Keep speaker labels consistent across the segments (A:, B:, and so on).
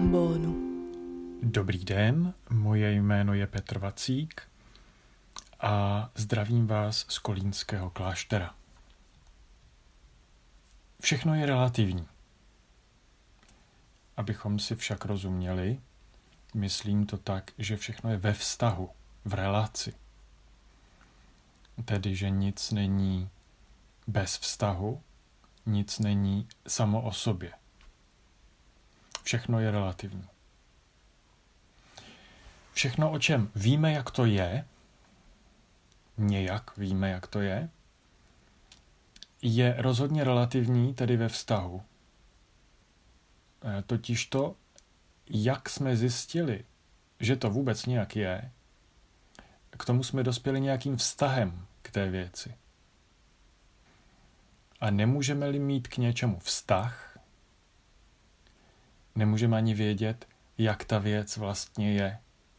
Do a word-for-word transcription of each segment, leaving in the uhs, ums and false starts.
A: trombónu.
B: Dobrý den, moje jméno je Petr Vacík a zdravím vás z Kolínského kláštera. Všechno je relativní. Abychom si však rozuměli, myslím to tak, že všechno je ve vztahu, v relaci. Tedy, že nic není bez vztahu, nic není samo o sobě. Všechno je relativní. Všechno, o čem víme, jak to je, nějak víme, jak to je, je rozhodně relativní, tedy ve vztahu. Totiž to, jak jsme zjistili, že to vůbec nějak je, k tomu jsme dospěli nějakým vztahem k té věci. A nemůžeme-li mít k něčemu vztah, nemůžeme ani vědět, jak ta věc vlastně je.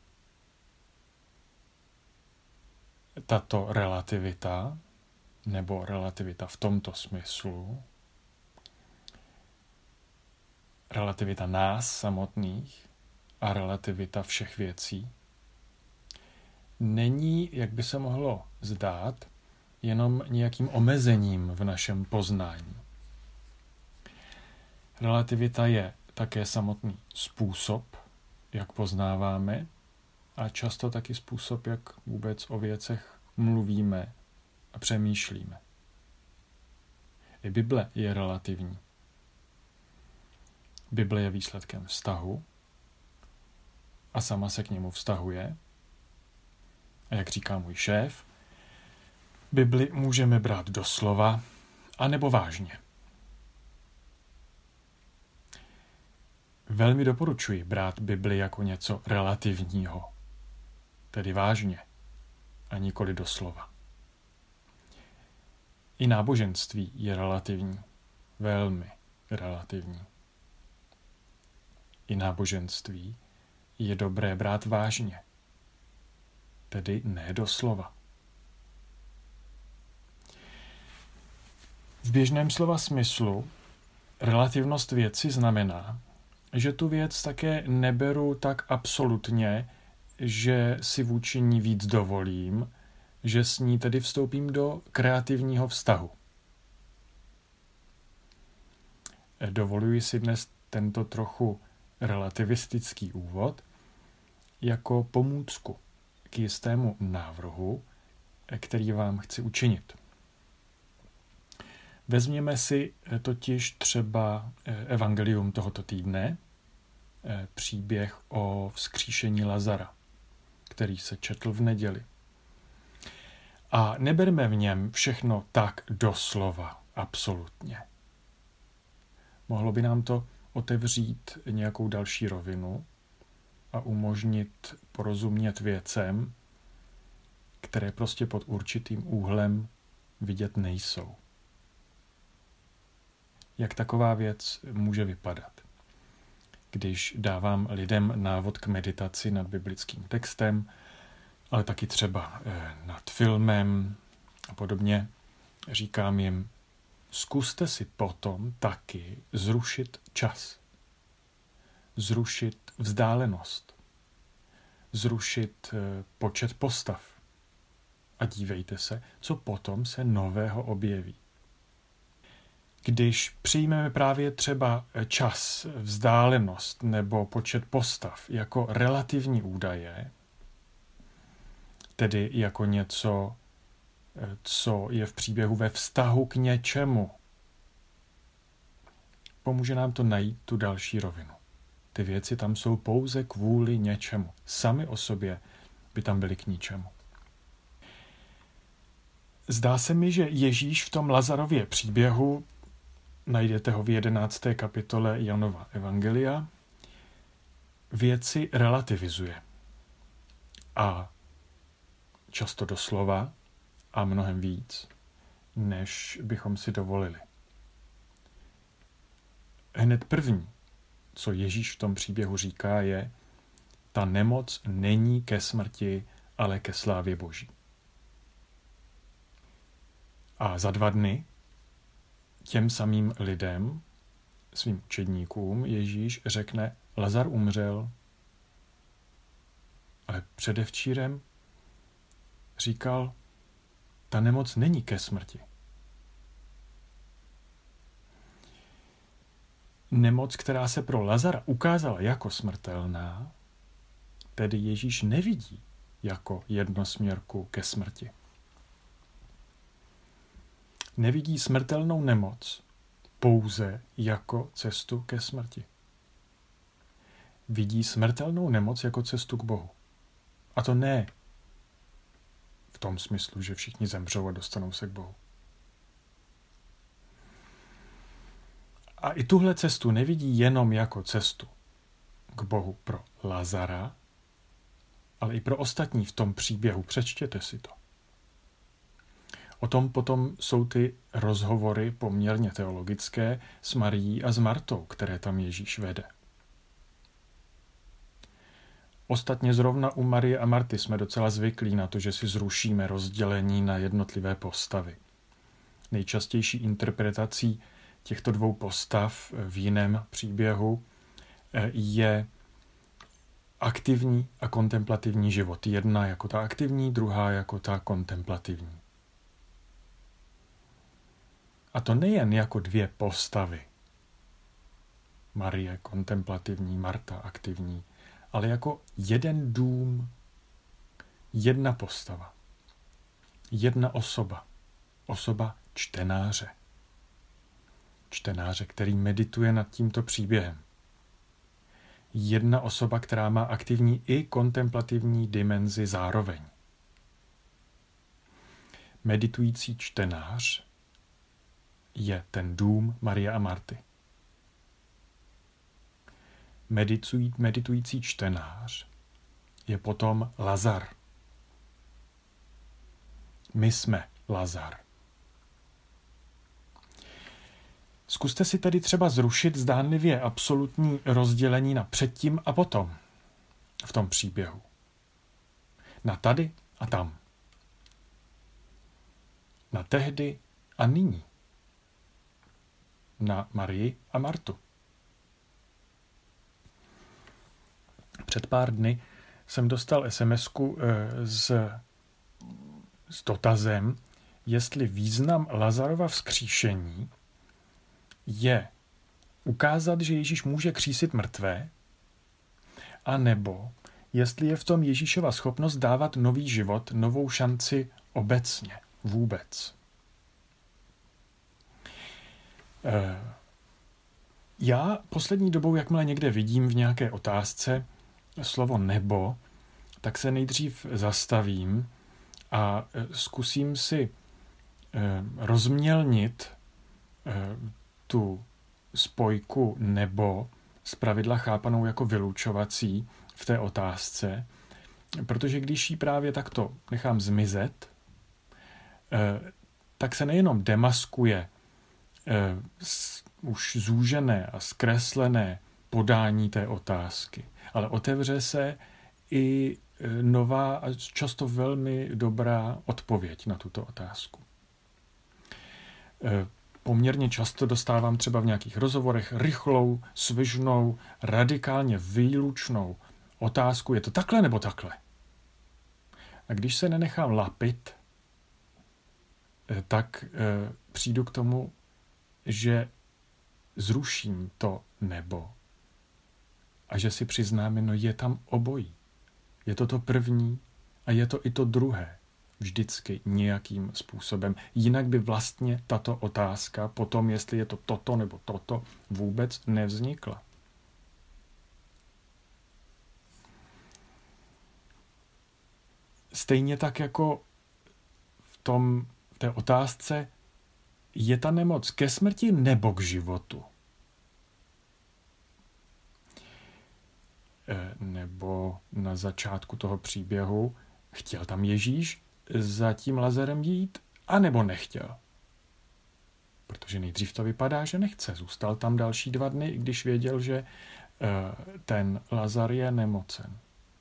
B: Tato relativita, nebo relativita v tomto smyslu, relativita nás samotných a relativita všech věcí, není, jak by se mohlo zdát, jenom nějakým omezením v našem poznání. Relativita je také samotný způsob, jak poznáváme, a často taky způsob, jak vůbec o věcech mluvíme a přemýšlíme. I Bible je relativní. Bible je výsledkem vztahu a sama se k němu vztahuje. A jak říká můj šéf, Bibli můžeme brát doslova anebo vážně. Velmi doporučuji brát Bibli jako něco relativního, tedy vážně, a nikoli doslova. I náboženství je relativní, velmi relativní. I náboženství je dobré brát vážně, tedy ne doslova. V běžném slova smyslu relativnost věci znamená, že tu věc také neberu tak absolutně, že si vůči ní víc dovolím, že s ní tedy vstoupím do kreativního vztahu. Dovoluji si dnes tento trochu relativistický úvod jako pomůcku k jistému návrhu, který vám chci učinit. Vezměme si totiž třeba evangelium tohoto týdne, příběh o vzkříšení Lazara, který se četl v neděli. A neberme v něm všechno tak doslova, absolutně. Mohlo by nám to otevřít nějakou další rovinu a umožnit porozumět věcem, které prostě pod určitým úhlem vidět nejsou. Jak taková věc může vypadat? Když dávám lidem návod k meditaci nad biblickým textem, ale taky třeba nad filmem a podobně, říkám jim, zkuste si potom taky zrušit čas, zrušit vzdálenost, zrušit počet postav a dívejte se, co potom se nového objeví. Když přijmeme právě třeba čas, vzdálenost nebo počet postav jako relativní údaje, tedy jako něco, co je v příběhu ve vztahu k něčemu, pomůže nám to najít tu další rovinu. Ty věci tam jsou pouze kvůli něčemu. Sami o sobě by tam byly k ničemu. Zdá se mi, že Ježíš v tom Lazarově příběhu, najdete ho v jedenácté kapitole Janova evangelia, věci relativizuje. A často doslova a mnohem víc, než bychom si dovolili. Hned první, co Ježíš v tom příběhu říká, je, ta nemoc není ke smrti, ale ke slávě Boží. A za dva dny těm samým lidem svým učedníkům Ježíš řekne, Lazar umřel, ale předevčírem říkal, ta nemoc není ke smrti. Nemoc, která se pro Lazara ukázala jako smrtelná, tedy Ježíš nevidí jako jednosměrku ke smrti. Nevidí smrtelnou nemoc pouze jako cestu ke smrti. Vidí smrtelnou nemoc jako cestu k Bohu. A to ne v tom smyslu, že všichni zemřou a dostanou se k Bohu. A i tuhle cestu nevidí jenom jako cestu k Bohu pro Lazara, ale i pro ostatní v tom příběhu. Přečtěte si to. O tom potom jsou ty rozhovory poměrně teologické s Marií a s Martou, které tam Ježíš vede. Ostatně zrovna u Marie a Marty jsme docela zvyklí na to, že si zrušíme rozdělení na jednotlivé postavy. Nejčastější interpretací těchto dvou postav v jiném příběhu je aktivní a kontemplativní život. Jedna jako ta aktivní, druhá jako ta kontemplativní. A to nejen jako dvě postavy. Marie kontemplativní, Marta aktivní, ale jako jeden dům, jedna postava, jedna osoba, osoba čtenáře. Čtenáře, který medituje nad tímto příběhem. Jedna osoba, která má aktivní i kontemplativní dimenzi zároveň. Meditující čtenář je ten dům Marie a Marty. Meditují, meditující čtenář je potom Lazar. My jsme Lazar. Zkuste si tedy třeba zrušit zdánlivě absolutní rozdělení na předtím a potom v tom příběhu. Na tady a tam. Na tehdy a nyní. Na Marii a Martu. Před pár dny jsem dostal es em esku s, s dotazem, jestli význam Lazarova vzkříšení je ukázat, že Ježíš může křísit mrtvé, anebo jestli je v tom Ježíšova schopnost dávat nový život, novou šanci obecně, vůbec. Já poslední dobou, jakmile někde vidím v nějaké otázce slovo nebo, tak se nejdřív zastavím a zkusím si rozmělnit tu spojku nebo zpravidla chápanou jako vylučovací v té otázce, protože když ji právě takto nechám zmizet, tak se nejenom demaskuje už zúžené a zkreslené podání té otázky, ale otevře se i nová a často velmi dobrá odpověď na tuto otázku. Poměrně často dostávám třeba v nějakých rozhovorech rychlou, svižnou, radikálně výlučnou otázku, je to takhle nebo takhle? A když se nenechám lapit, tak přijdu k tomu, že zruším to nebo a že si přiznáme, no je tam obojí. Je to to první a je to i to druhé. Vždycky nějakým způsobem. Jinak by vlastně tato otázka potom, jestli je to toto nebo toto, vůbec nevznikla. Stejně tak jako v, tom, v té otázce, je ta nemoc ke smrti nebo k životu? E, nebo na začátku toho příběhu chtěl tam Ježíš za tím Lazarem jít, anebo nechtěl? Protože nejdřív to vypadá, že nechce. Zůstal tam další dva dny, i když věděl, že e, ten Lazar je nemocen.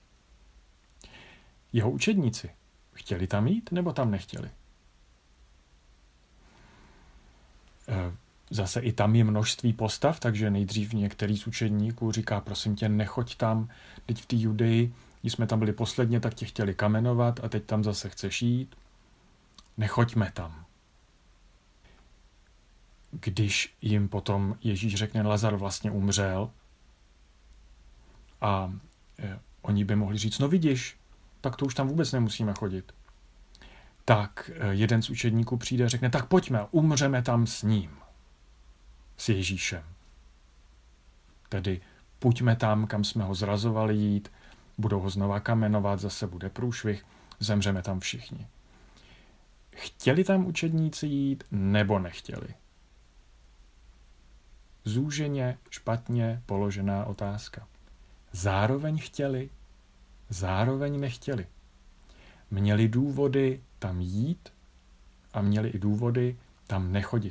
B: Jeho učedníci chtěli tam jít, nebo tam nechtěli? Zase i tam je množství postav, takže nejdřív některý z učedníků říká, prosím tě, nechoď tam, teď v té Judeji, když jsme tam byli posledně, tak tě chtěli kamenovat a teď tam zase chceš jít. Nechoďme tam. Když jim potom Ježíš řekne, Lazar vlastně umřel a eh, oni by mohli říct, no vidíš, tak to už tam vůbec nemusíme chodit. Tak eh, jeden z učedníků přijde a řekne, tak pojďme, umřeme tam s ním, s Ježíšem. Tedy pojďme tam, kam jsme ho zrazovali jít, budou ho znova kamenovat, zase bude průšvih, zemřeme tam všichni. Chtěli tam učedníci jít, nebo nechtěli? Zúženě, špatně položená otázka. Zároveň chtěli, zároveň nechtěli. Měli důvody tam jít a měli i důvody tam nechodit.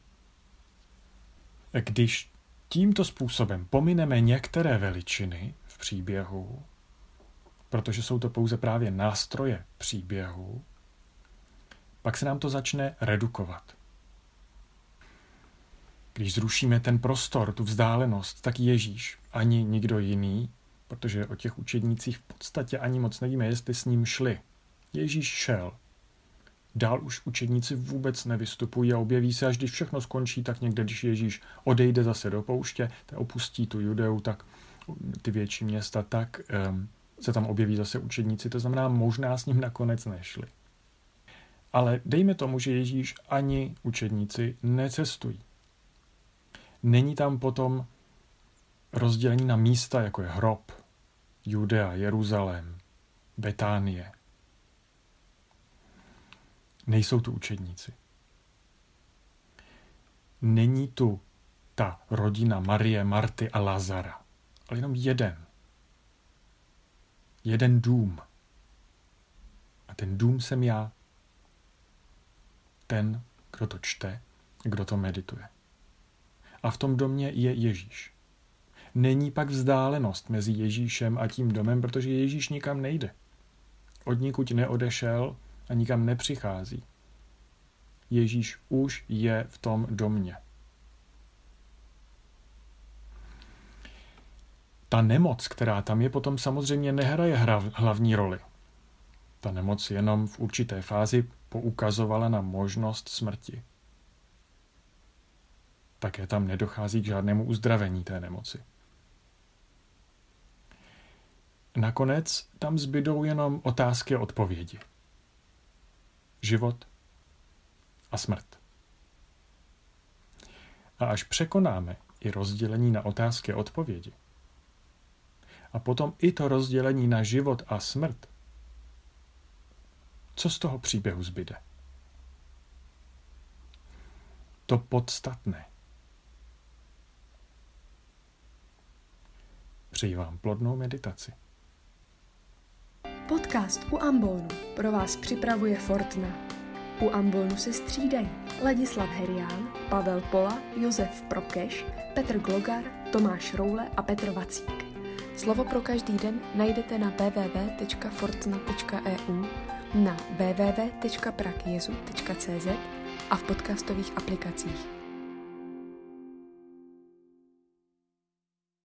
B: Když tímto způsobem pomineme některé veličiny v příběhu, protože jsou to pouze právě nástroje příběhu, pak se nám to začne redukovat. Když zrušíme ten prostor, tu vzdálenost, tak Ježíš, ani nikdo jiný, protože o těch učednících v podstatě ani moc nevíme, jestli s ním šli. Ježíš šel. Dál už učedníci vůbec nevystupují a objeví se, až když všechno skončí, tak někde, když Ježíš odejde zase do pouště, tak opustí tu Judeu, tak ty větší města, tak um, se tam objeví zase učedníci, to znamená, možná s ním nakonec nešli. Ale dejme tomu, že Ježíš ani učedníci necestují. Není tam potom rozdělení na místa, jako je hrob, Judea, Jeruzalém, Betánie. Nejsou tu učedníci. Není tu ta rodina Marie, Marty a Lazara, ale jenom jeden. Jeden dům. A ten dům jsem já. Ten, kdo to čte, kdo to medituje. A v tom domě je Ježíš. Není pak vzdálenost mezi Ježíšem a tím domem, protože Ježíš nikam nejde. Odnikud neodešel a nikam nepřichází. Ježíš už je v tom domě. Ta nemoc, která tam je, potom samozřejmě nehraje hlavní roli. Ta nemoc jenom v určité fázi poukazovala na možnost smrti. Také tam nedochází k žádnému uzdravení té nemoci. Nakonec tam zbydou jenom otázky a odpovědi. Život a smrt. A až překonáme i rozdělení na otázky a odpovědi, a potom i to rozdělení na život a smrt, co z toho příběhu zbyde? To podstatné. Přeji vám plodnou meditaci.
A: Podcast U ambonu pro vás připravuje Fortna. U ambonu se střídají Ladislav Herián, Pavel Pola, Josef Prokeš, Petr Glogar, Tomáš Roule a Petr Vacík. Slovo pro každý den najdete na w w w tečka fortna tečka e u, na w w w tečka pragjezu tečka c z a v podcastových aplikacích.